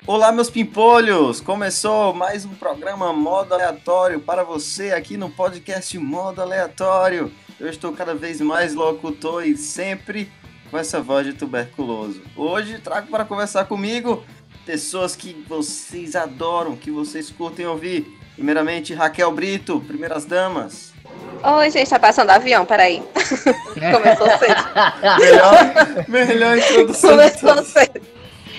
Olá, meus pimpolhos! Começou mais um programa Modo Aleatório para você aqui no podcast Modo Aleatório. Eu estou cada vez mais locutor e sempre com essa voz de tuberculoso. Hoje trago para conversar comigo pessoas que vocês adoram, que vocês curtem ouvir. Primeiramente, Raquel Brito, primeiras damas. Oi, gente, tá passando avião, peraí. Começou cedo. Melhor introdução. Começou cedo.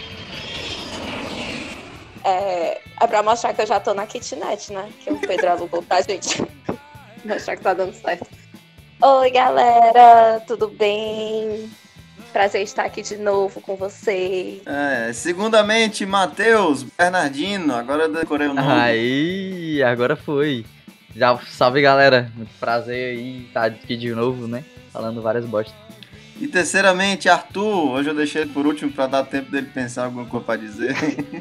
É pra mostrar que eu já tô na kitnet, né? Que o Pedro alugou pra gente. Mostrar que tá dando certo. Oi, galera, tudo bem? Prazer estar aqui de novo com vocês. Segundamente, Matheus Bernardino, agora eu decorei o nome. Aí, agora foi. Já, salve, galera. Muito prazer aí estar aqui de novo, né? Falando várias bostas. E terceiramente, Arthur. Hoje eu deixei ele por último para dar tempo dele pensar alguma coisa para dizer.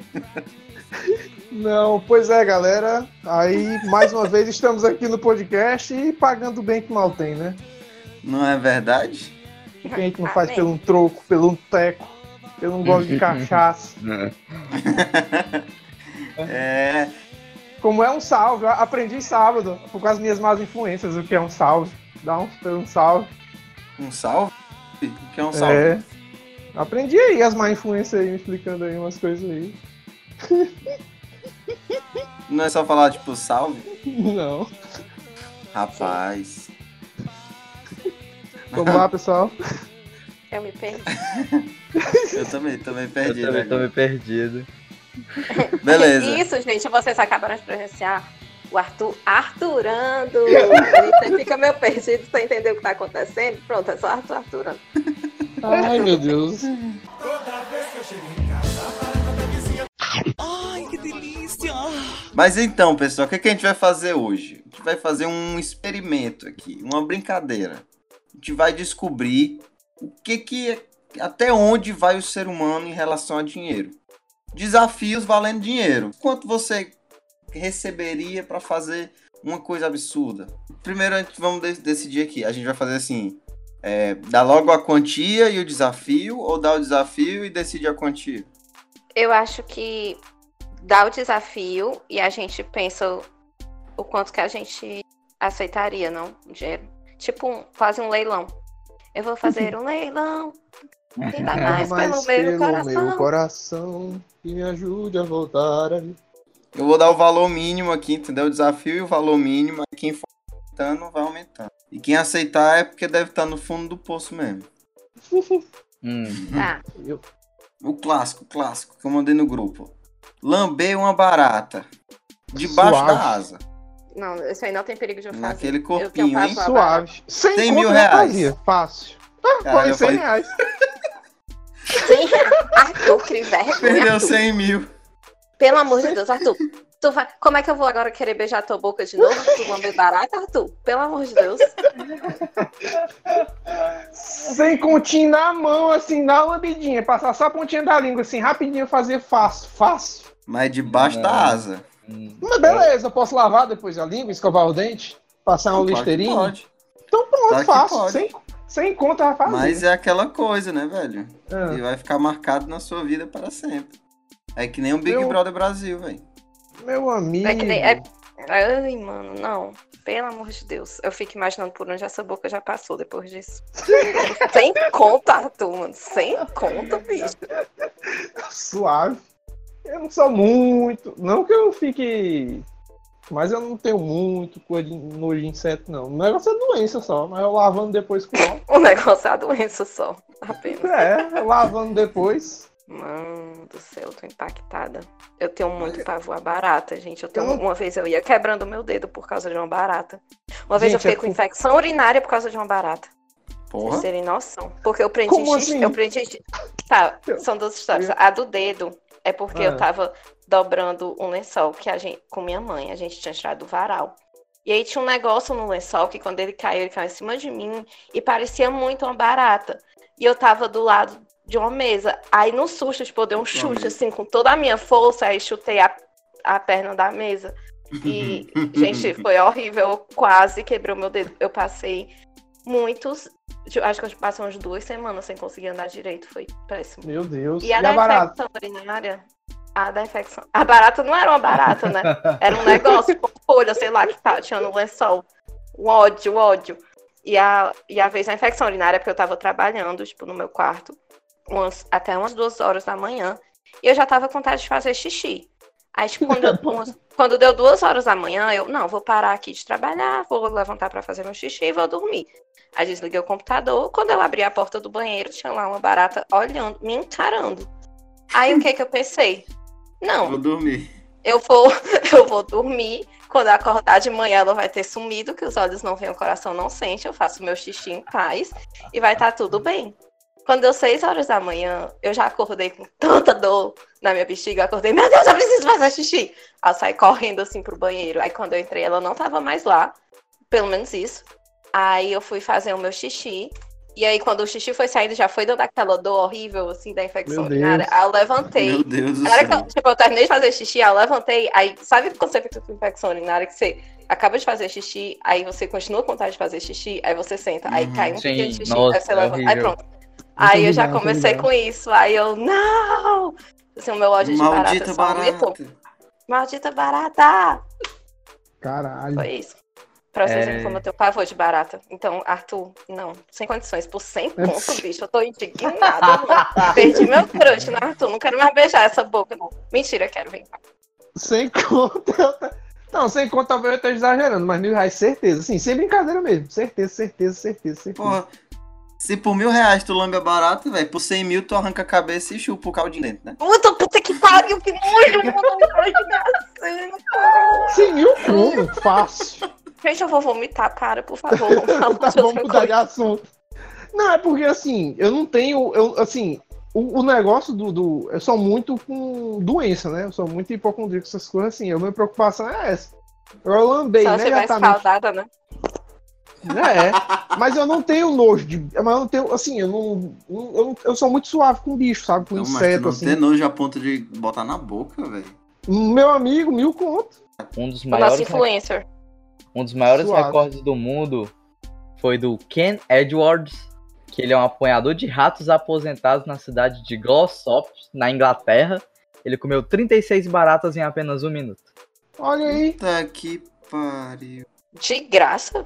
Não, pois é, galera. Aí, mais uma vez, estamos aqui no podcast e pagando bem que mal tem, né? Não é verdade? O que a gente não faz pelo um troco, pelo um teco, pelo um gole de cachaça. Como é um salve, eu aprendi sábado, por causa das minhas más influências, o que é um salve. Dá um salve. Um salve? O que é um salve? Aprendi aí as má influências aí, me explicando aí umas coisas aí. Não é só falar tipo salve? Não. Rapaz. Vamos lá, pessoal. Eu me perdi. Eu também perdi. Eu também tô meio perdido. Beleza. Isso, gente, vocês acabaram de presenciar o Arthur Arthurando. Você fica meio perdido sem entender o que tá acontecendo. Pronto, é só Arthur Arthurando. Ai, meu Deus. Toda vez que eu chego em casa, ai, que delícia! Mas então, pessoal, o que a gente vai fazer hoje? A gente vai fazer um experimento aqui, uma brincadeira. A gente vai descobrir até onde vai o ser humano em relação a dinheiro. Desafios valendo dinheiro. Quanto você receberia para fazer uma coisa absurda? Primeiro, vamos decidir aqui. A gente vai fazer assim: dá logo a quantia e o desafio, ou dá o desafio e decide a quantia? Eu acho que dá o desafio e a gente pensa o quanto que a gente aceitaria, não? Dinheiro. Tipo, quase um leilão. Eu vou fazer um leilão. Quem dá mais pelo meu coração, que me ajude a voltar ali. Eu vou dar o valor mínimo aqui, entendeu? O desafio e o valor mínimo. Quem for aumentando, vai aumentando. E quem aceitar é porque deve estar no fundo do poço mesmo. Tá. O clássico que eu mandei no grupo. Lamber uma barata debaixo Suave. da asa. Não, isso aí não tem perigo de eu fazer. Naquele Eu corpinho, tenho hein? passo Suave. 100 mil conto eu reais. fazia, fácil. Caralho, Foi eu 100 reais. Sim, Arthur, que vergonha. Perdeu Arthur. 100 mil. Pelo amor de Deus, Arthur. Como é que eu vou agora querer beijar tua boca de novo? Tu lamber barata, Arthur? Pelo amor de Deus. Sem continho na mão, assim, na lambidinha. Passar só a pontinha da língua, assim, rapidinho, fazer fácil. Mas debaixo da asa. Mas beleza, eu posso lavar depois a língua, escovar o dente, passar um Claro que Listerine. pode. Então pronto, Claro que fácil. pode. Sem conta, vai fazer. Mas é aquela coisa, né, velho? Ah. E vai ficar marcado na sua vida para sempre. É que nem o Big Meu- Brother Brasil, velho. Meu amigo. É que nem. Ai, mano, não. Pelo amor de Deus. Eu fico imaginando por onde essa boca já passou depois disso. Sem conta, Arthur, mano. Sem conta, bicho. Suave. Eu não sou muito. Não que eu fique. Mas eu não tenho muito coisa de nojo de inseto, não. O negócio é doença só, mas eu lavando depois com óleo. O negócio é a doença só. Apenas. Eu lavando depois. Mano do céu, tô impactada. Eu tenho muito pavor a barata, gente. Uma vez eu ia quebrando meu dedo por causa de uma barata. Uma vez eu fiquei com infecção urinária por causa de uma barata. Porra. Vocês terem noção. Porque eu prendi Como assim? Tá, são duas histórias. A do dedo é porque eu tava dobrando um lençol que com minha mãe, a gente tinha tirado do varal. E aí tinha um negócio no lençol que quando ele caiu em cima de mim e parecia muito uma barata. E eu tava do lado de uma mesa. Aí no susto, tipo, eu dei um chute assim com toda a minha força, aí chutei a perna da mesa. E, gente, foi horrível. Eu quase quebrei o meu dedo. Eu passei acho que eu passei umas 2 semanas sem conseguir andar direito. Foi péssimo. Meu Deus. E a da infecção urinária, A da infecção. A barata não era uma barata, né? Era um negócio com folha, sei lá, que tinha no lençol. O ódio. E a vez da infecção urinária, porque eu tava trabalhando, tipo, no meu quarto, até umas 2 horas da manhã, e eu já tava com vontade de fazer xixi. Aí, tipo, quando deu 2 horas da manhã, eu, não, vou parar aqui de trabalhar, vou levantar pra fazer meu xixi e vou dormir. Aí desliguei o computador, quando eu abri a porta do banheiro, tinha lá uma barata olhando, me encarando. Aí, o que eu pensei? Não. Vou dormir. Eu vou dormir. Quando eu acordar de manhã, ela vai ter sumido, que os olhos não veem, o coração não sente. Eu faço meu xixi em paz e vai estar tudo bem. Quando deu 6 horas da manhã, eu já acordei com tanta dor na minha bexiga. Eu acordei, meu Deus, eu preciso fazer xixi. Aí eu saí correndo assim pro banheiro. Aí quando eu entrei, ela não tava mais lá. Pelo menos isso. Aí eu fui fazer o meu xixi. E aí, quando o xixi foi saindo, já foi dando aquela dor horrível, assim, da infecção urinária. Aí eu levantei. Meu Deus do Na hora céu. que eu terminei de fazer xixi, aí eu levantei. Aí, sabe quando você fica com infecção urinária, que você acaba de fazer xixi, aí você continua com vontade de fazer xixi, aí você senta, aí cai um pouquinho de xixi, nossa, aí você levanta. Aí horrível. pronto. Aí eu já ligado, tô comecei ligado. com isso. Aí eu, não! Assim, o meu ódio de barata Maldita só aumentou. barata. Maldita barata! Caralho. Foi isso. Pra vocês verem como eu tenho pavor de barata. Então, Arthur, não, sem condições. Por 100 pontos, bicho, eu tô indignada, mano. Perdi meu crush, né, Arthur? Não quero mais beijar essa boca, não. Mentira, quero, vem cá. Sem conta. Não, sem conta talvez eu esteja exagerando, mas R$1.000, certeza. Sim, sem brincadeira mesmo. Certeza. Porra, se por R$1.000 tu lambe a barata, velho, por 100 mil tu arranca a cabeça e chupa o caldinho dentro, né? Puta que pariu, que nojo, mano. Imagina. 100 mil como? Fácil. Gente, eu vou vomitar, para, por favor. Vamos falar Tá, de vamos outra mudar de coisa. assunto. Não, é porque assim, eu não tenho. O negócio do. Eu sou muito com doença, né? Eu sou muito hipocondríaco, essas coisas assim. A minha preocupação é essa. Eu lambei Só você vai imediatamente. escaldada, né? Mas eu não tenho nojo de. Mas eu não tenho. Assim, eu sou muito suave com bicho, sabe? Com Não, mas tu inseto, não assim. tem nojo a ponto de botar na boca, velho. Meu amigo, 1.000 conto. Um dos O nosso maiores, influencer. um dos maiores Suave. recordes do mundo foi do Ken Edwards, que ele é um apanhador de ratos aposentado na cidade de Glossop, na Inglaterra. Ele comeu 36 baratas em apenas 1 minuto. Olha aí. Puta que pariu. De graça?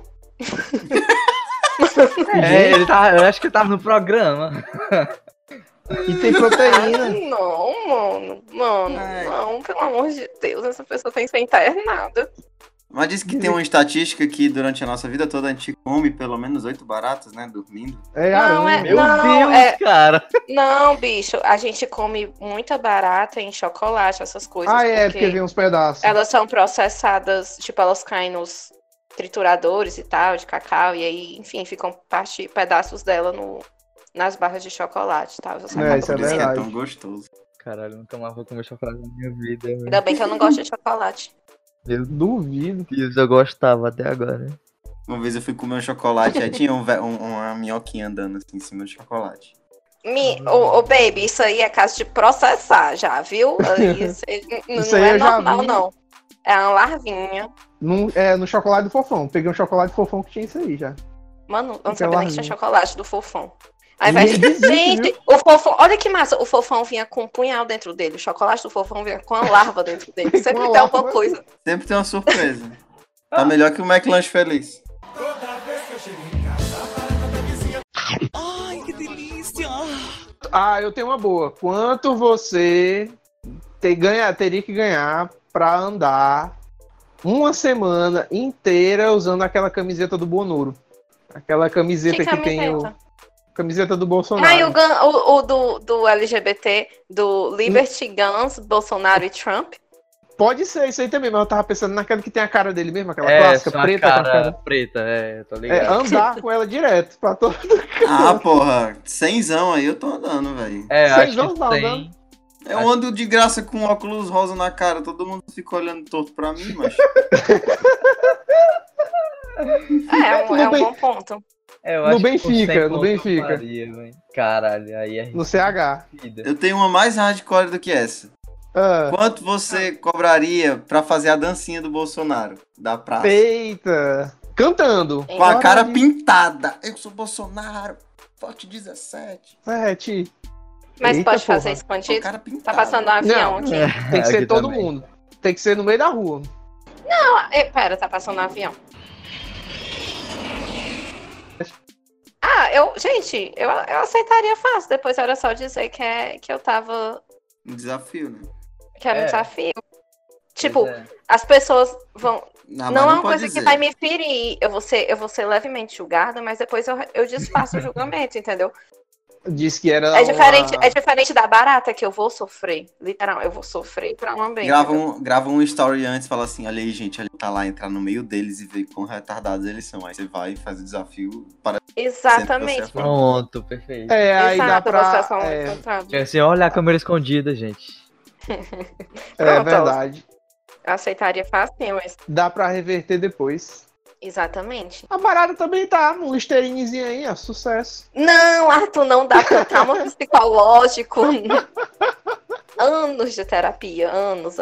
Eu acho que ele tava no programa. E tem proteína. Mano, Ai. não, pelo amor de Deus, essa pessoa tem que ser internada. Mas diz que tem uma estatística que durante a nossa vida toda a gente come pelo menos 8 baratas, né? Dormindo. É Não, aranha. Meu Não, Deus, é- cara. Não, bicho, a gente come muita barata em chocolate, essas coisas. Porque vem uns pedaços. elas são processadas, tipo, elas caem nos trituradores e tal, de cacau, e aí, enfim, ficam pedaços dela nas barras de chocolate e tal. Você acaba Isso é Por isso que é verdade. tão gostoso. Caralho, eu nunca mais vou comer chocolate na minha vida. velho. Ainda bem que eu não gosto de chocolate. Meu Duvido. Deus, eu gostava até agora. Uma vez eu fui comer um chocolate, aí tinha uma minhoquinha andando assim em cima do chocolate. Ô, baby, isso aí é caso de processar já, viu? Isso Isso não aí é eu já normal, vi. não. É uma larvinha. No chocolate do Fofão. Peguei um chocolate Fofão que tinha isso aí já. Mano, eu não Fica sabia nem que tinha larvinha. chocolate do Fofão. Ao E invés de... existe, Gente, o Fofão, olha que massa, o Fofão vinha com um punhal dentro dele, o chocolate do Fofão vinha com a larva dentro dele. Sempre Com a tem alguma larva. coisa. Sempre tem uma surpresa. Tá melhor que o McLanche Feliz. Toda vez que eu chego em casa, a barata da vizinha. Ai, que delícia! Eu tenho uma boa. Quanto você teria que ganhar pra andar uma semana inteira usando aquela camiseta do Bonoro? Aquela camiseta que tem o... camiseta? Camiseta do Bolsonaro. Ah, e o do LGBT, do Liberty Guns, Bolsonaro e Trump. Pode ser isso aí também, mas eu tava pensando naquela que tem a cara dele mesmo, aquela É, clássica só a preta com a cara cara. preta, tô É, ligado. andar com ela direto pra todo. Ah, porra, 100zão aí eu tô andando, velho. Acho Vocês que não tá 100. andando? Eu ando de graça com óculos rosa na cara, todo mundo fica olhando torto pra mim, mas É um bom ponto. Eu No acho que Benfica, por 100 no conto eu Benfica. faria, velho. Caralho, aí é No CH. vida. eu tenho uma mais hardcore do que essa. Ah, Quanto você cobraria pra fazer a dancinha do Bolsonaro da praça? eita. Cantando. Com a cara Bora, pintada. Eu sou Bolsonaro. Vote 17. 7. Mas Eita, pode fazer porra. O escondido? cara Tá pintado. passando um avião Não. aqui. Tem que ser Aqui todo também. mundo. Tem que ser no meio da rua. Pera, tá passando um avião. Gente, eu aceitaria fácil. Depois era só dizer que eu tava. Um desafio, né? Que era um É. desafio. Tipo, Pois é. as pessoas vão. Não, Não é mas uma pode coisa que dizer. vai me ferir. Eu vou ser levemente julgada, mas depois eu desfaço o julgamento, entendeu? Disse que era. É diferente da barata que eu vou sofrer. Literal, eu vou sofrer pra uma bem. Grava um story antes e fala assim, olha aí, gente, ali tá lá, entrar no meio deles e ver quão retardados eles são. Aí você vai e faz o desafio para Exatamente. Sempre Pronto, perfeito. Aí dá Exato, pra. vocês são É, encontrados. Tinha assim, olha a câmera escondida, gente. Pronto. verdade. Eu aceitaria fácil, mas. Dá pra reverter depois. Exatamente. A barata também tá um listerinezinho aí, ó. Sucesso. Não, Arthur, não dá pra trauma psicológico. Anos de terapia. Anos.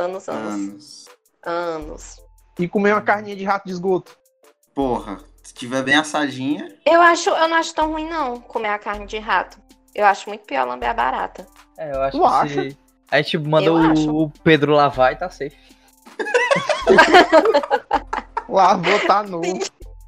E comer uma carninha de rato de esgoto. Porra, se tiver bem assadinha, Eu não acho tão ruim, não, comer a carne de rato. Eu acho muito pior lamber a barata. É, eu acho Tu que acha? se a gente manda Eu acho. o Pedro lavar e tá safe. Lavou, tá novo.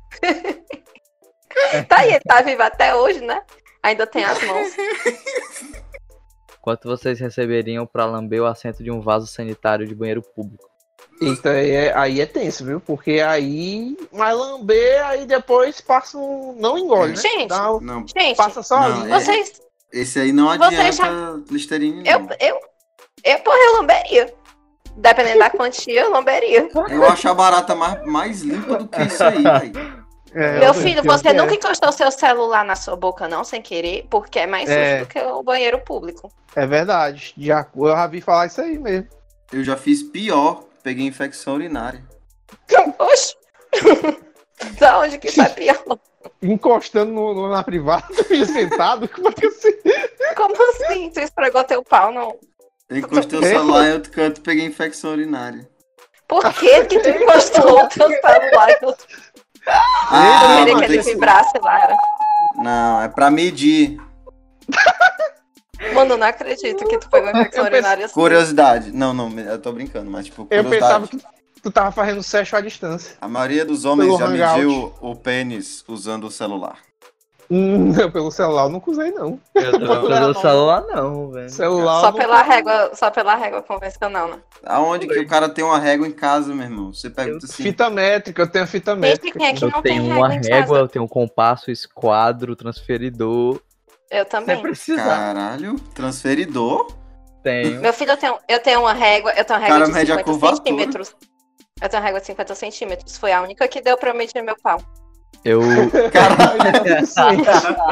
Tá aí, ele tá vivo até hoje, né? Ainda tem as mãos. Quanto vocês receberiam pra lamber o assento de um vaso sanitário de banheiro público? Eita, aí é tenso, viu? Porque aí vai lamber, aí depois passa um. Não engole, né? Gente, Dá um- não. Gente, Passa só Não, ali. é- vocês. Esse aí não Você adianta Listerine, não. Eu lamberia. Dependendo da quantia, eu lamberia. Eu acho a barata mais limpa do que isso aí, velho. Meu filho, pior você que nunca encostou seu celular na sua boca, não, sem querer, porque é mais sujo É. do que o banheiro público. É verdade. Eu já vi falar isso aí mesmo. Eu já fiz pior, peguei infecção urinária. Oxe! Da onde que tá pior? Encostando na privada e sentado. Como é que assim? Como assim? Tu esfregou teu pau, não? Eu encostei o celular em outro canto e peguei infecção urinária. Por que tu encostou o teu celular? Eu Ah, queria mas que tem ele que- vibrasse lá. Não, é pra medir. Mano, eu não acredito que tu foi uma infecção Eu pensei- urinária assim. Curiosidade. Não, eu tô brincando, mas tipo, Eu curiosidade. pensava que tu tava fazendo sexo à distância. A maioria dos homens Pelo já Hangout. mediu o pênis usando o celular. Não, pelo celular eu nunca usei, não. Eu não pelo celular não, velho. Celular. Só eu pela régua convencional, né? Aonde que o cara tem uma régua em casa, meu irmão? Você pergunta assim. Fita métrica, eu tenho a fita Gente, métrica. quem é que Eu não tem tenho uma régua em régua, casa? eu tenho um compasso, esquadro, transferidor. Eu Se também. precisar. Caralho, transferidor? Tenho. Meu filho, eu tenho uma régua, Cara, de mede a 50 curvatura. centímetros. Eu tenho uma régua de 50 centímetros. Foi a única que deu pra eu medir meu pau. Eu. Caralho. Sim.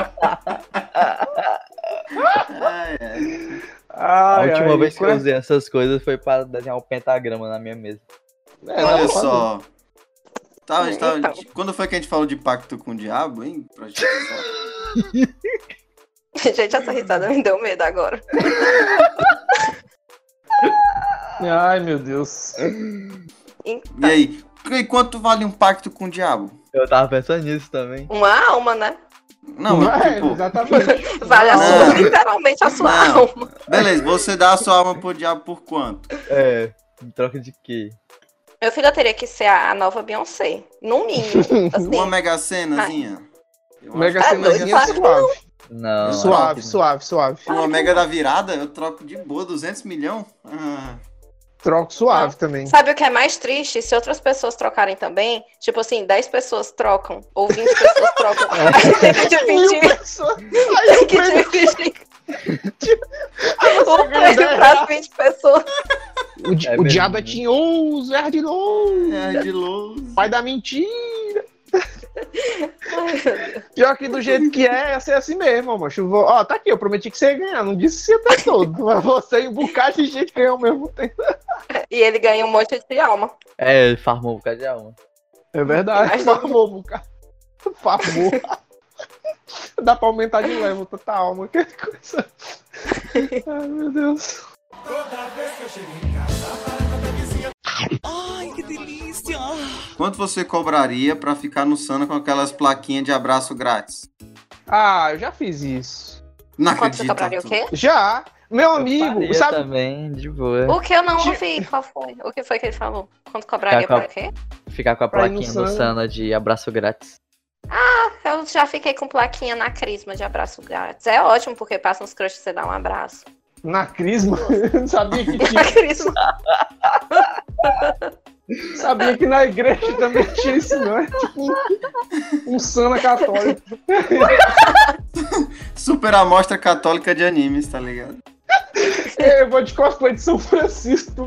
Ai, ai. A última vez que eu eu usei essas coisas foi pra desenhar um pentagrama na minha mesa. Olha só. Então. Quando foi que a gente falou de pacto com o diabo, hein? Pra gente Gente, essa risada me deu medo agora. Ai, meu Deus. E aí? E quanto vale um pacto com o diabo? Eu tava pensando nisso também. Uma alma, né? Não, tipo, exatamente. Vale a Não. sua, literalmente a sua Não. alma. beleza, você dá a sua alma pro diabo por quanto? É. Em troca de quê? Meu filho teria que ser a nova Beyoncé. No mínimo. Assim. Uma mega cenazinha? Eu Mega acho Tá doido, cenazinha claro que suave. Não. Suave, acho que suave, suave. que uma mega da virada, eu troco de boa, 200 milhões? Ah, Troco suave também. Sabe o que é mais triste? Se outras pessoas trocarem também, tipo assim, 10 pessoas trocam, ou 20 pessoas trocam. Aí tem que dividir. Tem que dividir o prêmio para 20 pessoas. O mesmo, diabo é né? tinhoso, é ardiloso, é de luz. pai da mentira. Ai, meu Deus. Pior que do jeito que é ser assim mesmo, macho. Ó, tá aqui, eu prometi que você ia ganhar. Não disse que você ia ter todo. Mas você e um bocado de gente ganhou ao mesmo tempo. E ele ganha um monte de alma. É, ele farmou um bocado de alma. É verdade. Mas- Farmou, um bocado. Farmou. Dá pra aumentar de level tanta alma. Que coisa. Ai, meu Deus. Toda vez que eu chego em casa, a barata da vizinha. Ai, que delícia! Quanto você cobraria pra ficar no Sana com aquelas plaquinhas de abraço grátis? Ah, eu já fiz isso. Não Quanto você acredito. cobraria o quê? Já! Meu Eu amigo, faria sabe? também, de boa. O que eu não ouvi, qual foi? O que foi que ele falou? Quanto cobraria Ficar com para o quê? Ficar com a Pra ir no plaquinha no Sana. Sana de abraço grátis. Eu já fiquei com plaquinha na Crisma de abraço grátis. É ótimo, porque passa uns crush e você dá um abraço. Na Crisma, eu não sabia que Na tinha. Crisma. Sabia que na igreja também tinha isso, não. É tipo um Sana católico. Super amostra católica de animes, tá ligado? Eu vou de cosplay de São Francisco.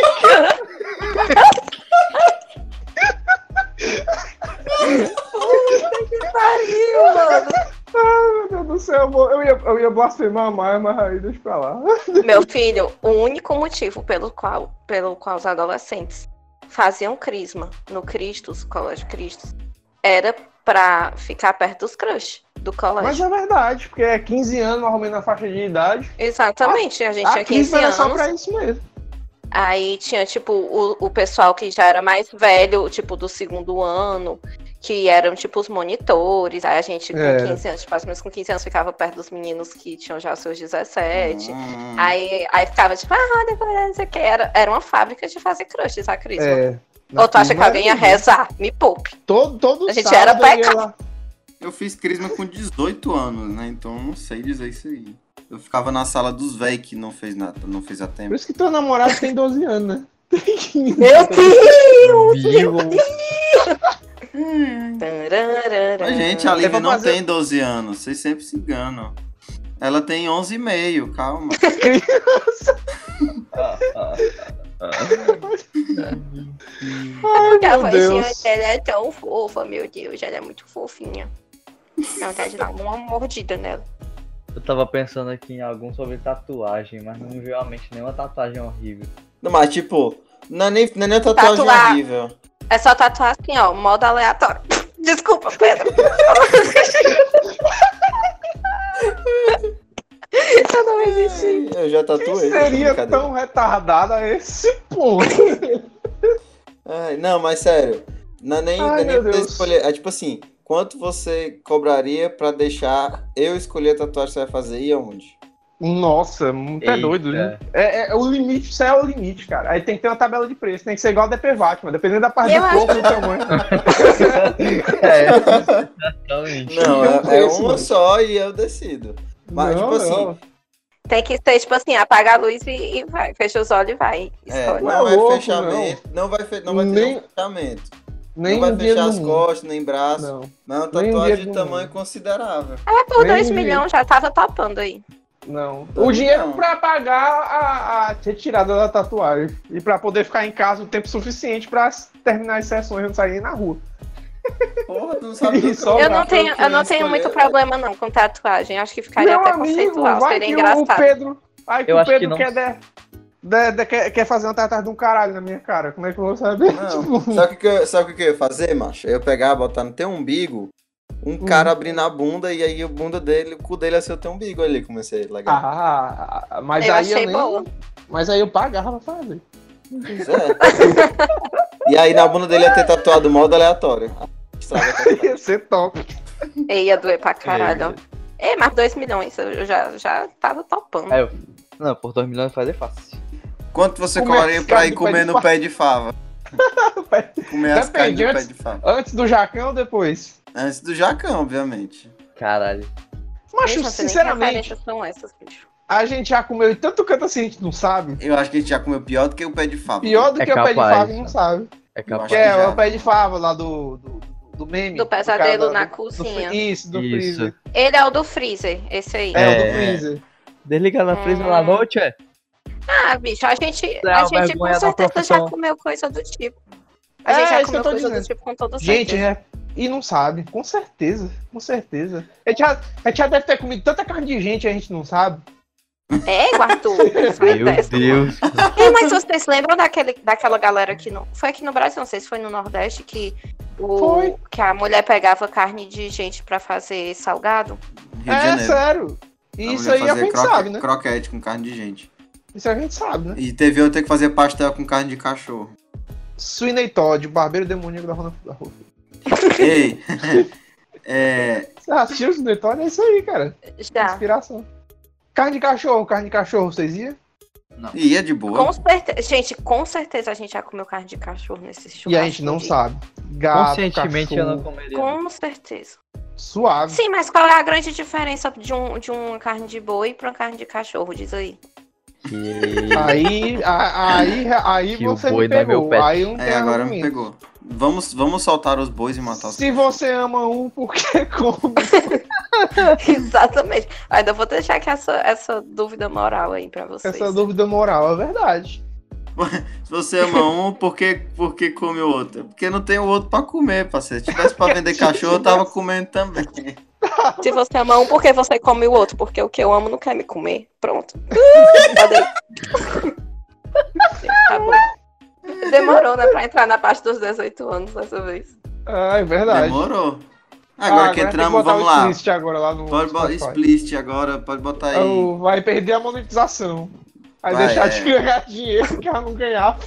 Pariu, mano. Ai, meu Deus do céu, eu ia blasfemar mais, mas aí deixa pra lá. Meu filho, o único motivo pelo qual os adolescentes faziam crisma no Cristos, Colégio Cristos, era pra ficar perto dos crush do Mas colégio. é verdade, porque é 15 anos, normalmente na faixa de idade. Exatamente, a gente A tinha 15 Crisma é só anos. pra isso mesmo. Aí tinha, tipo, o pessoal que já era mais velho, tipo, do segundo ano, que eram, tipo, os monitores. Aí a gente, com 15 anos, mais ou menos com 15 anos, ficava perto dos meninos que tinham já seus 17. Aí ficava, tipo, depois não sei o que. Era uma fábrica de fazer crushes, a Crisma. É. Ou tu acha que alguém ia rezar? Me poupe. Todo A gente sábado era eu ia pecado. lá. Eu fiz crisma com 18 anos, né? Então eu não sei dizer isso aí. Eu ficava na sala dos véi que não fez nada, não fez a Por tempo. isso que teu namorado tem 12 anos, né? Meu Deus! Vivo. Mas, gente, a Lívia vou não fazer- tem 12 anos. Vocês sempre se enganam. Ela tem 11,5, calma. Ai, A meu vozinha Deus. dela é tão fofa, meu Deus, ela é muito fofinha. Dá vontade de dar uma mordida nela. Eu tava pensando aqui em algum sobre tatuagem, mas não me veio à mente nenhuma tatuagem horrível. Não, mas tipo, não é nem tatuagem Tatuar. horrível. É só tatuar assim, ó, modo aleatório. Desculpa, Pedro. Eu não existi. Eu já tatuei. Seria brincadeira. tão retardado a esse ponto. Ai, não, mas sério. Não é nem, Ai, não é nem meu pra Deus. escolher. É tipo assim, quanto você cobraria pra deixar eu escolher a tatuagem que você vai fazer e aonde? Nossa, é Eita. doido, né? É o limite, isso é o limite, cara. Aí tem que ter uma tabela de preço, tem que ser igual a DP Vatman, dependendo da parte Eu do acho corpo e do tamanho. Exatamente. Não, Tem um é preço, uma mano. só e eu decido. Mas, Não, tipo assim, não. Tem que ser, tipo assim, apaga a luz e vai. Fecha os olhos e vai. Escolhe. não Não é é louco, fechamento, não vai ter Nem- nenhum fechamento. Nem não vai um dia fechar no as mundo. costas, nem braço. Não. Mas é uma Nem um tatuagem dia de no tamanho mundo. considerável. Por Nem 2 um dia. milhões já tava topando aí. Não. Também O dinheiro não. pra pagar a retirada da tatuagem. E pra poder ficar em casa o tempo suficiente pra terminar as sessões e não sair na rua. Porra, tu não sabe do que Só Eu pra- não tenho, eu não escolher. tenho muito problema não com tatuagem. Acho que ficaria Meu até amigo, conceitual, vai seria que engraçado. o Pedro. Aí que Eu o acho que Pedro não. quer fazer uma tatuagem de um caralho na minha cara. Como é que eu vou saber? Não, Tipo, sabe o que eu ia fazer, macho? Eu ia pegar, botar no teu umbigo, um cara abrindo a bunda e aí o cu dele ia ser o teu umbigo ali, comecei legal. mas Eu aí achei eu nem. boa. Mas aí eu pagava pra fazer. Pois é. E aí na bunda dele ia ter tatuado modo aleatório. Estraga a tatuagem. Ia ser top. Ia doer pra caralho. Mas 2 milhões, eu já tava topando. Aí eu, não, por 2 milhões fazer fácil. Quanto você Comer cobraria pra carne ir de comer pé de no fava. pé de fava? Comer as carnes Depende, do pé antes- de fava. Antes do Jacão ou depois? Antes do jacão, obviamente. Caralho. Mas, Gente, não sei nem que sinceramente, referências são essas, bicho. a gente já comeu em tanto canto assim, a gente não sabe. Eu acho que a gente já comeu pior do que o pé de fava. Pior do É que o pé de capaz, fava, não sabe. É acho capaz. Que é já. o pé de fava lá do meme. Do pesadelo cara na do cozinha. Isso, do Isso. freezer. Ele é o do freezer, esse aí. É, o do É. freezer. Desliga na freezer na noite, é? Ah, bicho, a gente uma com vergonha da certeza já profissão. comeu coisa do tipo. A gente já isso que eu comeu tô coisa dizendo. do tipo com todo Gente, certeza. e não sabe. Com certeza, com certeza. A gente já deve ter comido tanta carne de gente e a gente não sabe. Arthur. Sai Meu dessa. Deus. Mas vocês lembram daquela galera que não. Foi aqui no Brasil, não sei se foi no Nordeste, que, Foi. que a mulher pegava carne de gente pra fazer salgado? Rio de É, Janeiro. sério. Isso aí a gente sabe, né? Croquete com carne de gente. Isso a gente sabe, né? E teve outra que fazia pastel com carne de cachorro. Sweeney Todd, o barbeiro demoníaco da Rua. Ei! Você assistiu o Sweeney Todd? É isso aí, cara. Já. Inspiração. Carne de cachorro, vocês iam? Ia de boa. Com certeza, gente, com certeza a gente já comeu carne de cachorro nesse churrasco. E a gente não sabe. Gato, Conscientemente eu não cachorro, comeria. Com certeza. suave. Sim, mas qual é a grande diferença de uma carne de boi pra uma carne de cachorro? Diz aí. Aí Que você o boi me não é meu pegou. pet. Aí não tem Agora me argumento. pegou. Vamos soltar os bois e matar os Se você ama um, por que come? Exatamente. Ainda vou deixar aqui essa dúvida moral aí pra vocês. Essa dúvida moral é verdade. Se você ama um, por que come o outro? Porque não tem o outro pra comer, parceiro. Se tivesse pra vender cachorro, eu tava comendo também. Se você ama um, por que você come o outro? Porque o que eu amo não quer me comer. Pronto. Pode ir. Tá bom. Demorou, né, pra entrar na parte dos 18 anos dessa vez. Ah, é verdade. Demorou. Agora que tem entramos, botar vamos o lá. explicit agora lá no Pode botar Spotify. explicit agora, pode botar aí. Vai perder a monetização. Vai Vai, deixar é. de ganhar dinheiro que ela não ganhava.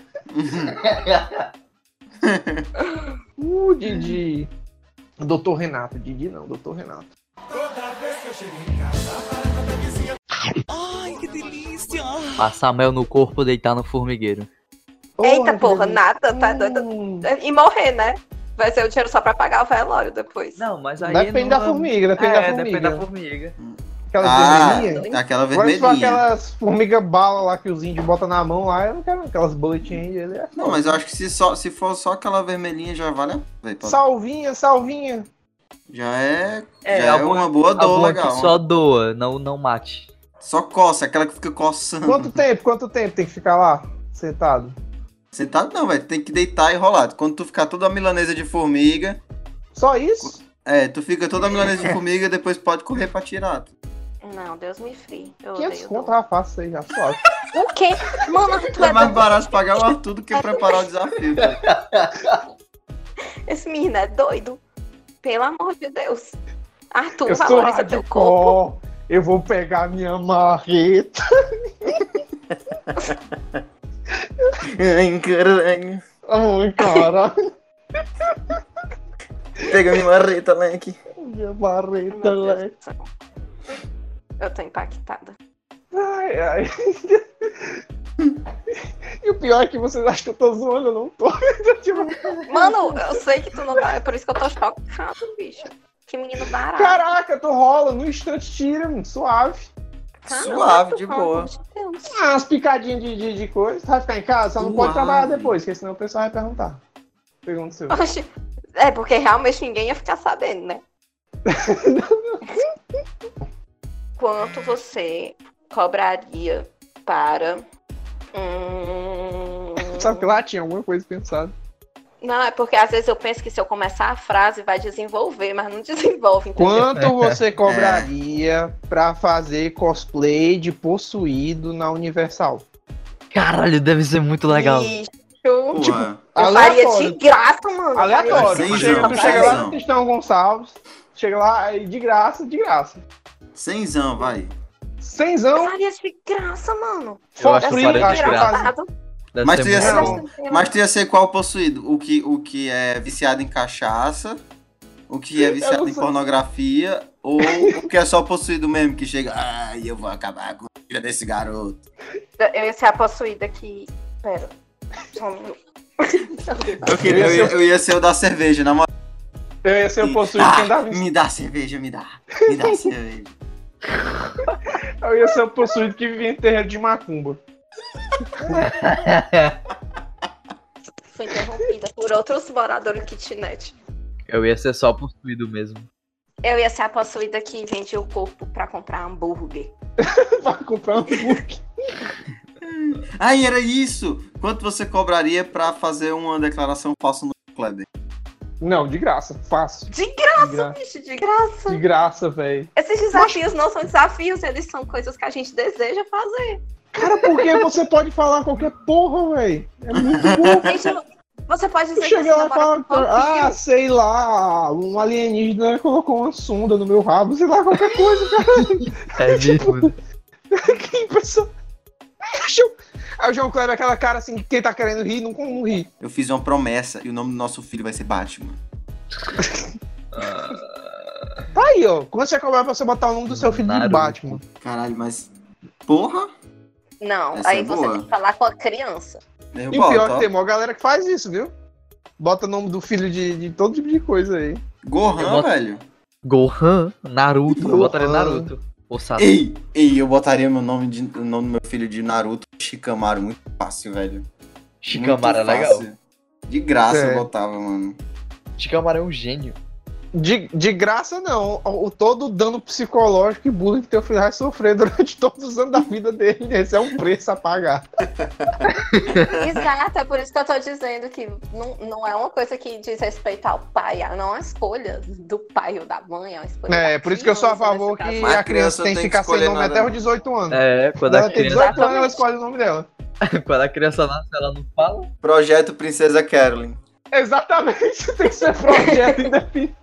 Didi. Doutor Renato. Didi não, Doutor Renato. Toda vez que eu chego em casa, a barata da vizinha. Ai, que delícia! Passar mel no corpo, deitar no formigueiro. Eita, que porra, delícia. nada, tá doido? E morrer, né? Vai ser o dinheiro só pra pagar o velório depois. Não, mas aí Depende da formiga, depende da formiga. depende da formiga. Aquelas vermelhinhas. Aquela Agora se for vermelhinha. aquelas formigas bala lá que os índios botam na mão lá, eu não quero não. Aquelas bulletinhas dele. Não, mas eu acho que se for só aquela vermelhinha já vale a pena. Salvinha. Já é alguma- uma boa dor Alguma legal. que só doa, não mate. Só coça, aquela que fica coçando. Quanto tempo tem que ficar lá? Sentado. Sentado não, velho. Tem que deitar e rolar. Quando tu ficar toda a milanesa de formiga, Só isso? tu fica toda a milanesa de formiga e depois pode correr pra tirar. Não, Deus me free. Eu 500 odeio conto, dor. já faço isso aí, já suave. O quê? Mano, tu É é mais doido. barato pagar o Arthur do que preparar o desafio, velho. Esse menino é doido. Pelo amor de Deus. Arthur, Eu sou valoriza teu corpo. hardcore. Eu vou pegar minha marreta. Ai, caralho. Ai, cara. Pega minha marreta, Leque. Minha marreta, Meu Deus né? do céu. Eu tô impactada. Ai. E o pior é que vocês acham que eu tô zoando, eu não tô. Tipo, Mano, eu sei que tu não tá. É por isso que eu tô chocado, bicho. Que menino barato. caraca, tu rola, no instante tira, mano, suave. Caramba, Suave, tu de fala, boa. meu Deus. Umas picadinhas de coisa, vai ficar em casa, só não pode Suave. trabalhar depois, porque senão o pessoal vai perguntar. Pergunta o seu. Oxe, é porque realmente ninguém ia ficar sabendo, né? Quanto você cobraria para. Sabe que lá tinha alguma coisa pensada. Não, é porque às vezes eu penso que se eu começar a frase vai desenvolver, mas não desenvolve, entendeu? Quanto você cobraria pra fazer cosplay de possuído na Universal? Caralho, deve ser muito legal. Bicho, Porra. eu faria de graça, mano. Aleatório. Sem Tu chega zão, lá no Cristão Gonçalves, chega lá aí de graça. Cenzão, vai. Eu Cenzão, faria de graça, mano. Eu acho que free, eu faria acho de que graça. Engraçado. Deve Mas ser tu ia muito ser- bom. Mas tu ia ser qual possuído? O que é viciado em cachaça, o que é viciado não em sei. pornografia, ou o que é só possuído mesmo, que chega, ai, eu vou acabar com a vida desse garoto. Eu ia ser a possuída que. Pera. Só um minuto. Eu ia ser o da cerveja, na moral. eu ia ser o possuído quem dava em Me dá cerveja, me dá cerveja. Eu ia ser o possuído que vivia em terreiro de macumba. Fui interrompida por outros moradores do kitnet. Eu ia ser só possuído mesmo. Eu ia ser a possuída que vende o corpo pra comprar hambúrguer. Pra comprar um hambúrguer. Ai, era isso! Quanto você cobraria pra fazer uma declaração falsa no Kleber? Não, de graça, fácil. De graça, De graça, bicho, de graça. de graça, velho. Esses desafios não são desafios, eles são coisas que a gente deseja fazer. Cara, porque você pode falar qualquer porra, velho. É muito bom. Gente, você pode Tu dizer que chega você lá e namora fala, com vampiro. sei lá, um alienígena colocou uma sonda no meu rabo, sei lá, qualquer coisa, cara. É mesmo. Que pessoa. Aí o João Kleber, aquela cara assim, quem tá querendo rir, não ri. Eu fiz uma promessa e o nome do nosso filho vai ser Batman. Tá aí, ó. Quando você cobrar pra você botar o nome do seu filho de Naruto. Batman? Caralho, mas. Porra! Não, Essa aí é você boa. tem que falar com a criança. Eu E o pior é boto, que ó. tem mó galera que faz isso, viu? Bota o nome do filho de todo tipo de coisa aí. Gohan, Eu boto- velho. Gohan, Naruto. Eu Gohan. botaria Naruto. O Sasuke. Ei, eu botaria o nome do meu filho de Naruto, Shikamaru, muito fácil, velho. Shikamaru é Muito legal. fácil. De graça É. eu botava, mano. Shikamaru é um gênio. De graça, não. O todo dano psicológico e bullying que teu filho vai sofrer durante todos os anos da vida dele. Esse é um preço a pagar. Exato, é por isso que eu tô dizendo que não é uma coisa que diz respeito ao pai, não é uma escolha do pai ou da mãe, é uma escolha É, da por isso que eu sou a criança, favor nesse que caso. Mas a criança tem que ficar sem escolher nome nada, até não. os 18 anos. É, Quando quando a ela tem criança, 18 anos, ela Exatamente. escolhe o nome dela. quando a criança nasce, ela não fala. Projeto Princesa Carolyn. Exatamente, tem que ser projeto indefinido.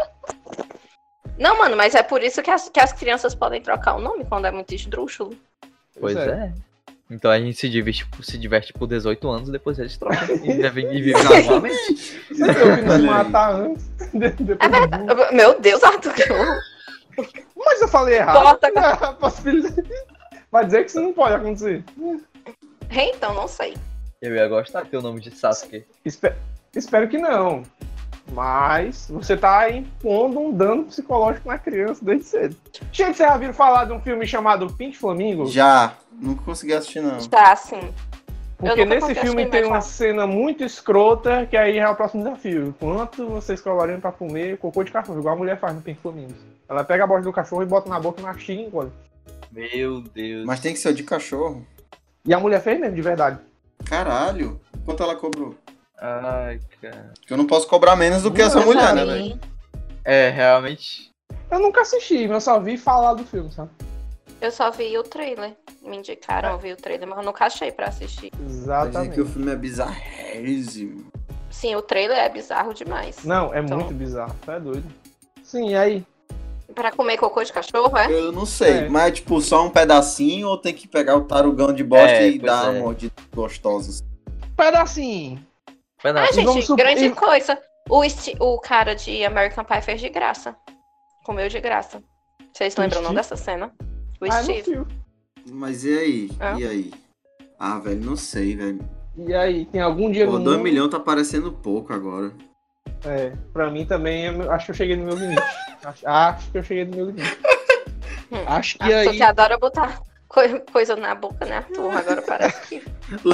Não, mano, mas é por isso que as crianças podem trocar o nome quando é muito esdrúxulo. Pois é. Então a gente se diverte por 18 anos, depois eles trocam. E vivem normalmente. Se seu filho Olha não aí. matar antes, depois É do bullying. verdade. Meu Deus, Arthur, que horror. Mas eu falei errado. Bota- A possibilidade. Vai dizer que isso não pode acontecer. Então, não sei. Eu ia gostar de ter o nome de Sasuke. Espero que não. Mas você tá impondo um dano psicológico na criança desde cedo. Gente, vocês já viram falar de um filme chamado Pink Flamingo? Já. Não consegui assistir, não. Já, assim. Porque eu nunca nesse consegui filme assistir, tem mas uma já. cena muito escrota que aí é o próximo desafio. Quanto vocês colariam pra comer cocô de cachorro, igual a mulher faz no Pink Flamingo. Ela pega a bosta do cachorro e bota na boca e mastiga e engole. Meu Deus. Mas tem que ser o de cachorro. E a mulher fez mesmo, de verdade. Caralho. Quanto ela cobrou? Ai, cara. Porque eu não posso cobrar menos do que essa Eu mulher, já né, vi. velho? É, realmente. Eu nunca assisti, mas eu só vi falar do filme, sabe? Eu só vi o trailer. Me indicaram, eu vi o trailer, mas eu nunca achei pra assistir. Mas é Exatamente. que o filme é bizarríssimo. Sim, o trailer é bizarro demais. Não, é Então- muito bizarro. Tu é doido. Sim, e aí? Pra comer cocô de cachorro, é? Eu não sei, É. mas tipo, só um pedacinho ou tem que pegar o tarugão de bosta É, e pois dar é. uma mordida gostosa? Pedacinho. Ah, Pedaço. gente, vamos supor- grande e- coisa. O cara de American Pie fez de graça. Comeu de graça. Vocês O lembram não Steve? dessa cena? O Ah, no Steve. filme. Mas e aí? Ah. E aí? Ah, velho, não sei, velho. E aí, tem algum dia Pô, no 2 mundo... milhões tá parecendo pouco agora. É, pra mim também, eu acho que eu cheguei no meu limite. Acho que eu cheguei no meu limite. Acho que Arthur aí... que adora botar coisa na boca, né, Arthur? Agora parece que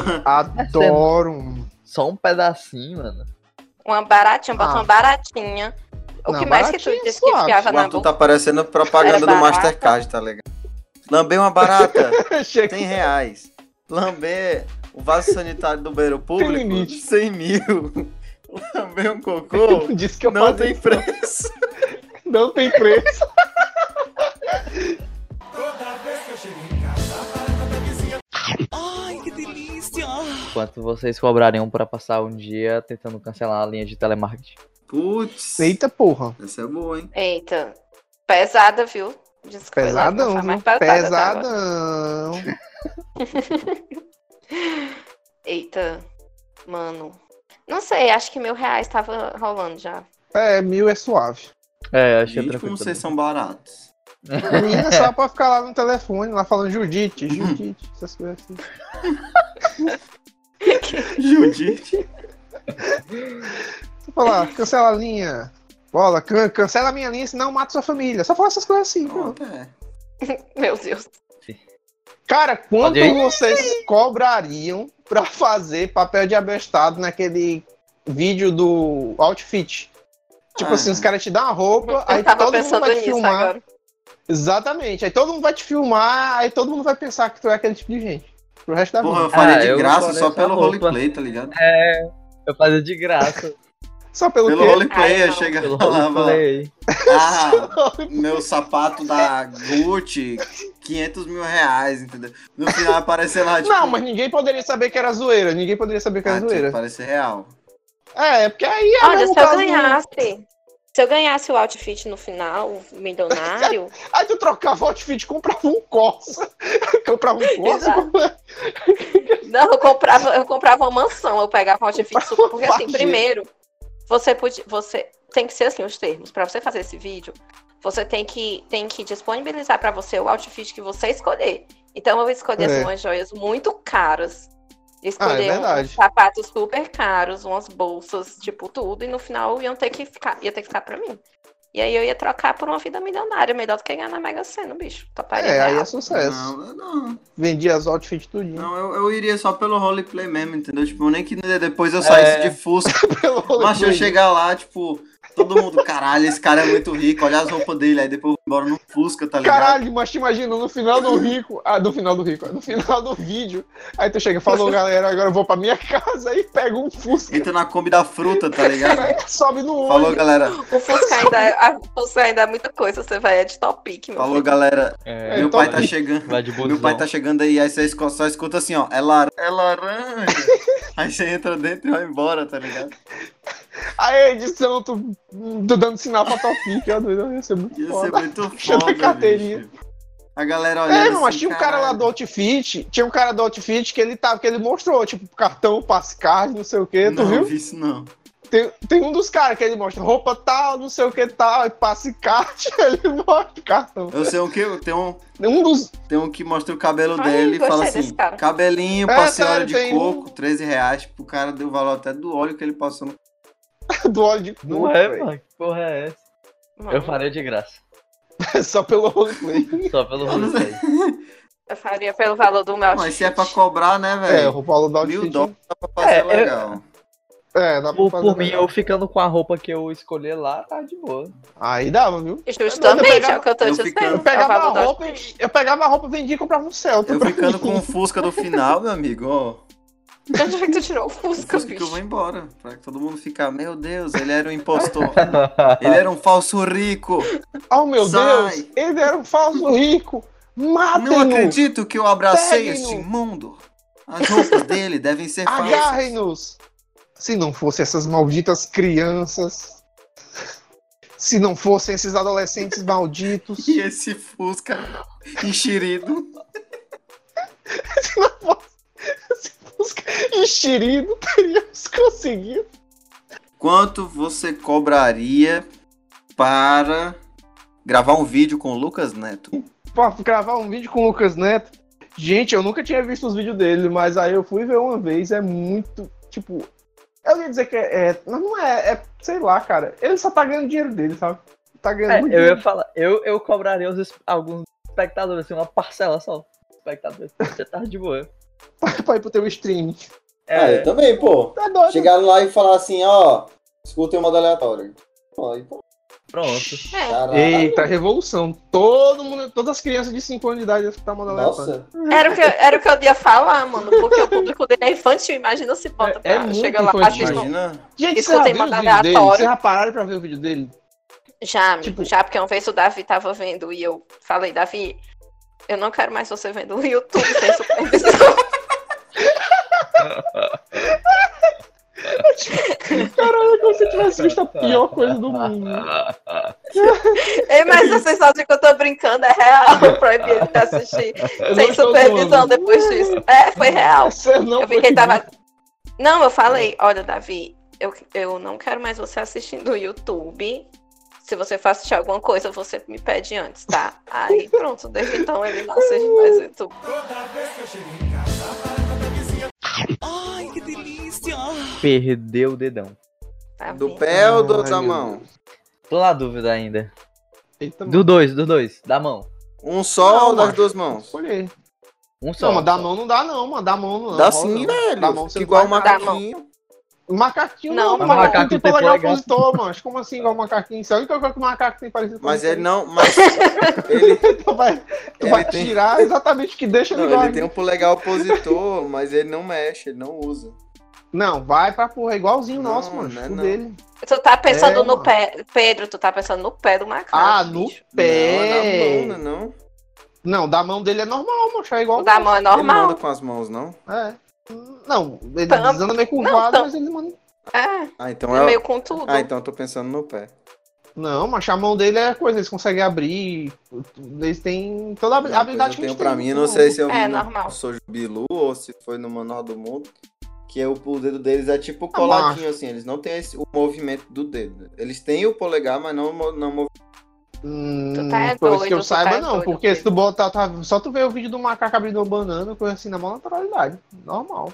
Adoro. Só um pedacinho, mano. uma baratinha, bota Ah. uma baratinha. O Não, que mais que tu baratinha é disse que suave. enfiava O na Arthur boca? tá parecendo propaganda Era do barata. Mastercard, tá ligado? Lamber uma barata, Chega. R$100. Lamber o vaso sanitário do banheiro público, limite. 100 mil. Lamber um cocô, Disse que eu não fazia tem isso. preço. Não tem preço. Toda vez que eu chego em casa, a barata da vizinha. Ai, que delícia! Quanto vocês cobrariam pra passar um dia tentando cancelar a linha de telemarketing? Putz, Eita porra. essa é boa, hein? Eita, pesada, viu? Desculpa, Pesadão, essa mais viu? pesada tava. Pesadão. Eita, mano. Não sei, acho que R$1.000 tava rolando já. É, 1.000 é suave. É, acho que é Gente, tranquilo. como vocês também. são baratos. Menina só pra ficar lá no telefone, lá falando Judite, essas coisas assim. Judite. Você fala, cancela a linha. Bola, cancela a minha linha, senão eu mato sua família. Só fala essas coisas assim, pô. Pronto, é. Meu Deus. Cara, quanto Pode ir? vocês cobrariam pra fazer papel de abestado naquele vídeo do outfit? Tipo Ah. assim, os caras te dão a roupa, aí Eu tava todo mundo pensando vai te nisso filmar. agora. Exatamente. Aí todo mundo vai te filmar, aí todo mundo vai pensar que tu é aquele tipo de gente. Pro resto da Porra, vida. eu falei de eu graça falei só essa pelo roupa. roleplay, tá ligado? Eu fazia de graça. Só pelo Pelo quê? roleplay, Ai, eu não. chegava Pelo e falava, roleplay. ah, meu sapato da Gucci, R$500 mil, entendeu? No final aparecer lá, tipo... Não, mas ninguém poderia saber que era zoeira. Ninguém poderia saber que era tinha que zoeira. parecer real. É, porque aí é o Olha, mesmo se eu caso do- ganhasse. Se eu ganhasse o outfit no final, milionário. Aí tu trocava o outfit, comprava um Corsa. comprava um Corsa. Exato. Não, eu comprava uma mansão, eu pegava um outfit super. Porque assim, Imagina. primeiro, você tem que ser assim os termos. Pra você fazer esse vídeo, você tem que disponibilizar para você o outfit que você escolher. Então eu escolhi assim, umas joias muito caras. Escolhi uns sapatos super caros, umas bolsas, tipo, tudo, e no final ia ter que ficar pra mim. E aí eu ia trocar por uma vida milionária, melhor do que ganhar na Mega Sena, bicho. Toparia aí real. é sucesso. Não. Vendia as outfits tudinho. Não, eu iria só pelo roleplay mesmo, entendeu? Tipo, nem que depois eu saísse de Fusca. Mas eu chegar lá, tipo, todo mundo, caralho, esse cara é muito rico, olha as roupas dele, aí depois eu vou embora no Fusca, tá ligado? Caralho, mas te imagina, no final do vídeo, aí tu chega e falou, galera, agora eu vou pra minha casa e pega um Fusca. Entra na Kombi da fruta, tá ligado? Sobe no Falou, olho. galera. O Fusca ainda é muita coisa, você vai de topic, meu Falou, filho. galera. Meu pai tá top. chegando. Vai de Meu busão. pai tá chegando aí você só escuta assim, ó. É laranja. Aí você entra dentro e vai embora, tá ligado? Aí, edição, tu dando sinal pra Topic, ia ser muito Ia foda. ser muito Cheio de foda, carteirinha. bicho. A galera olhando Mas assim, tinha um cara lá caralho. do Outfit, que ele mostrou, tipo, cartão, passe card, não sei o que, tu Não, viu? vi isso não. Tem um dos caras que ele mostra roupa tal, não sei o que tal, e passe card, ele mostra o cartão. Eu sei o que? Um dos... Tem um que mostra o cabelo Ai, dele e gostei fala desse assim, cara. cabelinho pra senhora sério, de tem coco, R$13. Tipo, o cara deu valor até do óleo que ele passou no... do óleo de coco, Não é, velho. mano. Que porra é essa? Mano, Eu faria de graça. Só pelo roleplay. Só pelo roleplay. eu faria pelo valor do meu Mas se é pra cobrar, né, É, velho? o valor do Outfit. $1.000 dá pra fazer legal. Dá pra Por fazer. mim, eu ficando com a roupa que eu escolher lá, tá de boa. Aí dava, viu? Justamente, é o que eu tô eu dizendo. ficando- Eu pegava É o valor a do roupa, eu pegava a roupa, vendia e comprava um Celta. Eu ficando com o Fusca do final, meu amigo, ó. De onde foi que tu tirou o O Fusca, Fusca que eu vou bicho? embora. Pra que todo mundo ficar, meu Deus, ele era um impostor. Ele era um falso rico. Oh, meu Sai. Deus, ele era um falso rico. Não Matem-no, acredito que eu abracei Peguem-no. este mundo. As roupas dele devem ser falsas. agarrem-nos. Se não fossem essas malditas crianças, se não fossem esses adolescentes malditos, E esse Fusca enxerido. se não fosse esse Fusca enxerido, teríamos conseguido. Quanto você cobraria para gravar um vídeo com o Lucas Neto? Pra gravar um vídeo com o Lucas Neto. Gente, eu nunca tinha visto os vídeos dele, mas aí eu fui ver uma vez, é muito, tipo... Eu ia dizer que não é, sei lá, cara. Ele só tá ganhando dinheiro dele, sabe? Tá ganhando muito Eu dinheiro. ia falar, eu cobraria alguns espectadores, assim, uma parcela só. Espectadores, você tá de boa. Pra ir pro teu stream. eu também, pô. Tá doido. Chegar lá e falar assim, ó, escutem o modo aleatório. Aí, pô, Pronto. É. caralho. Eita, revolução. Todo mundo, todas as crianças de 5 anos de idade iam escutar moda aleatória. Nossa, Era o que eu ia falar, mano. Porque o público dele é infantil. Imagina se bota É pra muito chega lá, infantil. assiste. imagina. Gente, Escutem você já viu os moda vídeos dele? aleatório. Vocês já pararam pra ver o vídeo dele? Já, amigo, Tipo- já, porque uma vez o Davi tava vendo e eu falei, Davi, eu não quero mais você vendo o YouTube sem supervisão. Caralho, é como se eu tivesse visto a pior coisa do mundo. Ei, mas vocês acham que eu tô brincando? É real. Eu proibi ele de assistir Eu não sem estou supervisão zoando. depois disso. Foi real. Você não Eu vi foi que ele tava. Não, eu falei, olha, Davi, eu não quero mais você assistindo o YouTube. Se você for assistir alguma coisa, você me pede antes, tá? Aí pronto, desde então ele não assiste mais o YouTube. Toda vez que eu chego em casa, a da vizinha. Ai, que delícia! Perdeu o dedão. Tá Do vendo? pé ou Ai, da meu mão? Tô na dúvida ainda. Eita, Do dois, da mão. Um só Não, ou das macho. duas mãos? Escolher. Um só. Não, mas da só. mão não dá não, mano. Da mão não. Dá rola, sim, não. velho. Da mão você Fica não igual o faz nada. macaquinho. Macaquinho Não, não, mas macaquinho macaco tem tem polegar polegar. opositor, mano. Como assim igual macaquinho? Isso é a única coisa que o macaco tem parecido com Mas isso ele aí. não. Mas ele, Tu vai Ele tem- tirar exatamente o que deixa não, ele igual. ele tem um polegar opositor, mas ele não mexe, ele não usa. Não, vai pra porra, é igualzinho o Não, nosso, mano. não é O não. dele. Tu tá pensando É, no mano. pé. Pedro, tu tá pensando no pé do macaco. Ah, no bicho. Não, é pé. na mão, não. Não, da mão dele é normal, mano. É igual. O da mão é Ele não normal. anda com as mãos, não? É. Não, ele Tam- anda meio curvado, tam- mas ele manda. É, Ah, então é é. meio com tudo. Ah, então eu tô pensando no pé. Não, mas a mão dele é coisa, eles conseguem abrir. Eles têm toda a Não, habilidade eu que tenho eles pra têm, mim, eu no não sei se eu É, vi no normal. Sou Bilu ou se foi no Manual do Mundo. Que é o dedo deles é tipo Ah, coladinho, assim. Eles não têm o movimento do dedo. Eles têm o polegar, mas não Tu tá é Por isso doido, que eu tu saiba, tá é não. doido, Porque Pedro. se tu botar, só tu ver o vídeo do macaco abrindo uma banana, coisa assim, na maior naturalidade. Normal.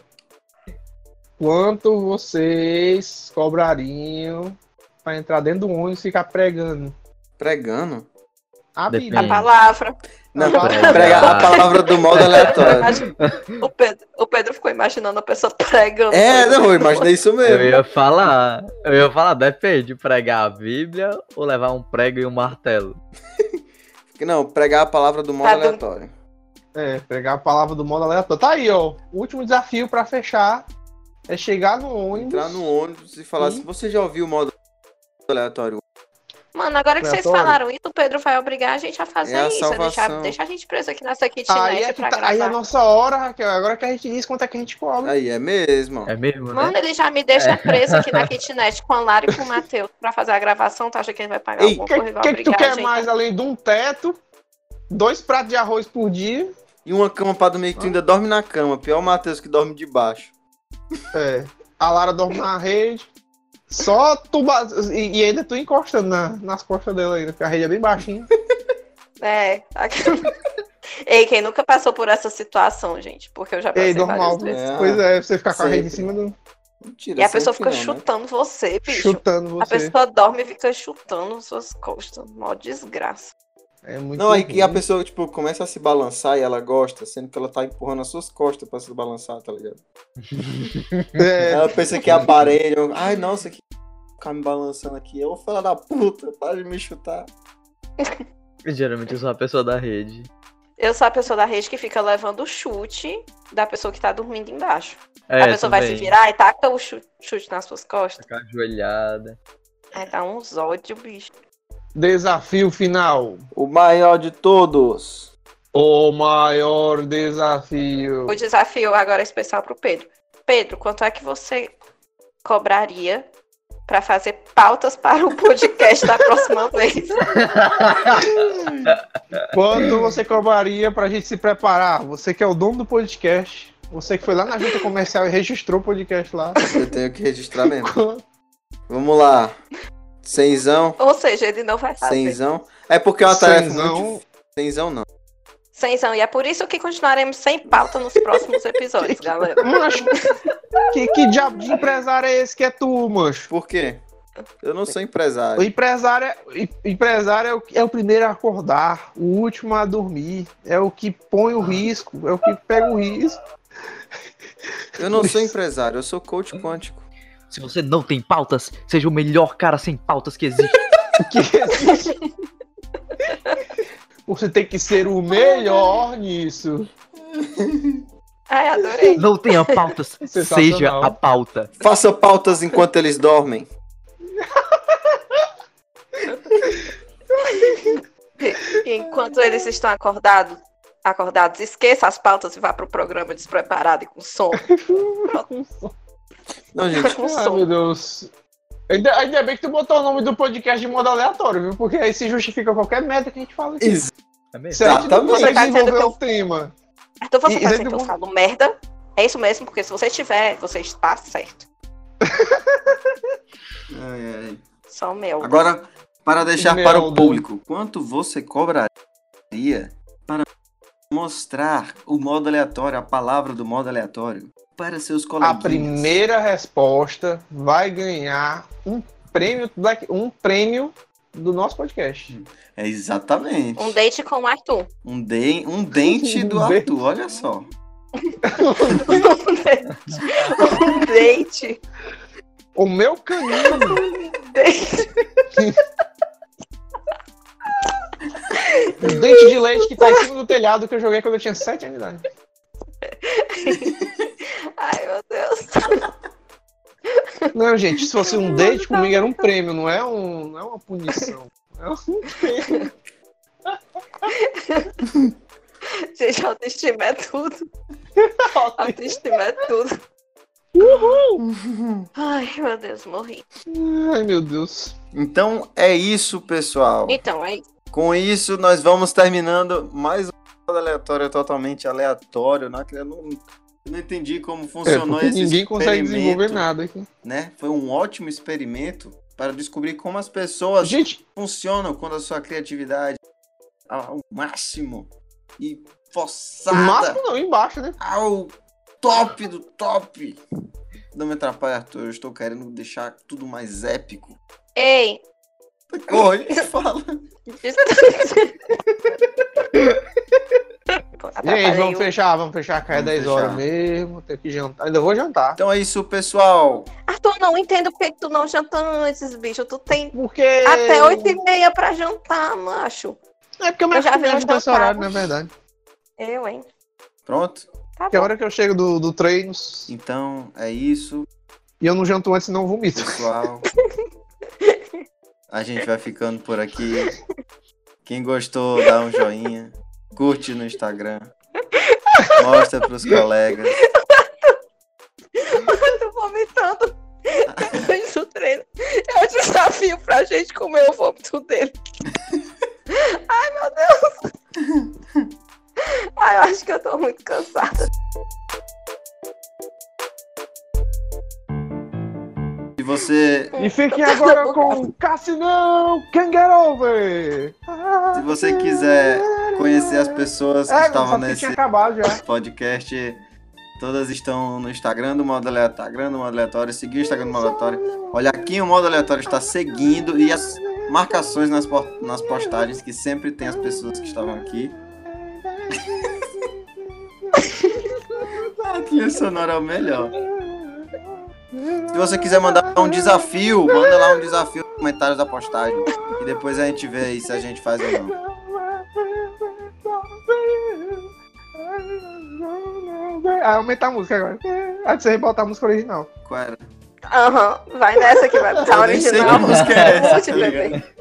Quanto vocês cobrariam pra entrar dentro do ônibus e ficar pregando? Pregando? A Depende. A Bíblia. palavra. Não, Pregar. pregar a palavra do modo aleatório. O Pedro ficou imaginando a pessoa pregando. Não, eu imaginei isso Eu mesmo. ia falar, depende, pregar a Bíblia ou levar um prego e um martelo. Não, pregar a palavra do modo Tá bom. aleatório. Pregar a palavra do modo aleatório. Tá aí, ó. O último desafio pra fechar é chegar no ônibus. Entrar no ônibus e falar assim, você já ouviu o modo aleatório? Mano, agora que vocês Aleatório. falaram isso, o Pedro vai obrigar a gente a fazer É a isso. salvação. Deixa a gente preso aqui nessa Aí kitnet é, pra aí é a gravar. nossa hora, Raquel. Agora que a gente diz quanto é que a gente cobra. Aí, é mesmo. ó. É mesmo, né? Mano, ele já me deixa presa aqui na kitnet com a Lara e com o Matheus pra fazer a gravação. Tu acha que ele vai pagar Ei, alguma O coisa e vai que tu obrigar a quer gente? mais além de um teto, 2 pratos de arroz por dia? E uma cama pra dormir que tu ainda dorme na cama. Pior o Matheus que dorme debaixo. A Lara dorme na rede. Só tu. E ainda tu encostando nas costas dela ainda, porque a rede é bem baixinha. É. Ei, quem nunca passou por essa situação, gente? Porque eu já passei Ei, normal. várias vezes. Pois é, você ficar com a rede em Sempre. cima do. Mentira, E a pessoa sempre fica não, né? chutando você, bicho. Chutando A você. pessoa dorme e fica chutando suas costas. Mó desgraça. É muito Não, aí que a ruim. pessoa, tipo, começa a se balançar e ela gosta, sendo que ela tá empurrando as suas costas pra se balançar, tá ligado? Ela pensa que é aparelho. Ai, nossa, que ficar me balançando aqui. Eu vou falar da puta, para de me chutar. Geralmente eu sou a pessoa da rede. Eu sou a pessoa da rede que fica levando o chute da pessoa que tá dormindo embaixo. É, A pessoa vai se também. virar e taca o chute nas suas costas. Ficar ajoelhada. Aí dá uns ódio, bicho. Desafio final. O maior de todos. O maior desafio. O desafio agora é especial pro Pedro. Pedro, quanto é que você cobraria pra fazer pautas para o podcast da próxima vez? Quanto você cobraria pra gente se preparar? Você que é o dono do podcast. Você que foi lá na junta comercial e registrou o podcast lá. Eu tenho que registrar mesmo. Vamos lá. Cenzão. Ou seja, ele não vai fazer. Cenzão. É porque é uma tarefa Cenzão. muito... Cenzão não. Cenzão, e é por isso que continuaremos sem pauta nos próximos episódios, galera. Mancho, que diabo de empresário é esse que é tu, mancho? Por quê? Eu não sou O empresário. empresário é o primeiro a acordar, o último a dormir, é o que põe o risco, é o que pega o risco. Eu não sou empresário, eu sou coach quântico. Se você não tem pautas, seja o melhor cara sem pautas que existe. Você tem que ser o melhor nisso. Ai, adorei. Não tenha pautas, Sensacional. seja a pauta. Faça pautas enquanto eles dormem. E enquanto eles estão acordados, esqueça as pautas e vá pro programa despreparado e com sono. Não, gente. Com Ai, sono. meu Deus. Ainda bem que tu botou o nome do podcast de modo aleatório, viu? Porque aí se justifica qualquer merda que a gente fala aqui. É mesmo? Se a gente não Exatamente. consegue Você tá dizendo desenvolver que o tema. Então você E- tá e dizendo que eu dentro falo merda? É isso mesmo, porque se você tiver, você está certo. Ai, ai. Só o meu. Agora, para deixar para o Meldo. público, quanto você cobraria para mostrar o modo aleatório, a palavra do modo aleatório, para seus A coleguinhas? primeira resposta vai ganhar um prêmio do nosso podcast. É exatamente. Um date com o Arthur. Um dente do Um dente. Arthur, olha só. Um date. O meu canino. Um dente de leite que tá em cima do telhado que eu joguei quando eu tinha 7 anos de idade. Ai, meu Deus. Não, gente, se fosse um date comigo era um prêmio, não é uma punição. É um prêmio. Gente, autoestima é tudo. Autoestima é tudo. Ai, meu Deus, morri. Ai, meu Deus. Então é isso, pessoal. Então, é isso. Com isso, nós vamos terminando mais um modo aleatório, totalmente aleatório. Né? Eu não entendi como funcionou Porque esse ninguém consegue desenvolver experimento, nada aqui. né? Foi um ótimo experimento para descobrir como as pessoas Gente, funcionam quando a sua criatividade ao máximo e o forçada máximo não, embaixo, né? ao top do top. Não me atrapalhe, Arthur. Eu estou querendo deixar tudo mais épico. Ei! Oi, fala. Gente, vamos fechar, cai 10 horas mesmo, tem que jantar. Ainda vou jantar. Então é isso, pessoal. Arthur, não entendo por que tu não janta antes, bicho. Tu tem Porque. até 8h30 pra jantar, macho. É porque eu me Eu já vi acostumei uns com esse horário, na jantares. verdade. Eu, hein? Pronto? Tá Que é a bom. hora que eu chego do treino Então é isso, e eu não janto antes, senão eu vomito. pessoal. A gente vai ficando por aqui. Quem gostou, dá um joinha. Curte no Instagram. Mostra pros colegas. Eu tô vomitando depois do treino. É um desafio pra gente comer o vômito dele. Ai, meu Deus. Ai, eu acho que eu tô muito cansada. Se você, E fiquem agora com Cassinão Can Get Over! se você quiser conhecer as pessoas que estavam só que nesse tinha acabado já. podcast, todas estão no Instagram do Modo Aleatório, seguir o Instagram do Modo Aleatório. Olha aqui, o Modo Aleatório está seguindo e as marcações nas postagens, que sempre tem as pessoas que estavam aqui. A trilha sonora é o melhor. Se você quiser mandar um desafio, manda lá um desafio nos comentários da postagem. E depois a gente vê aí se a gente faz ou não. Aumentar a música agora. Antes de você botar a música original. Qual era? Aham, vai nessa que vai botar a Eu nem sei original. que música é essa, Putz, tá ligado? bebê.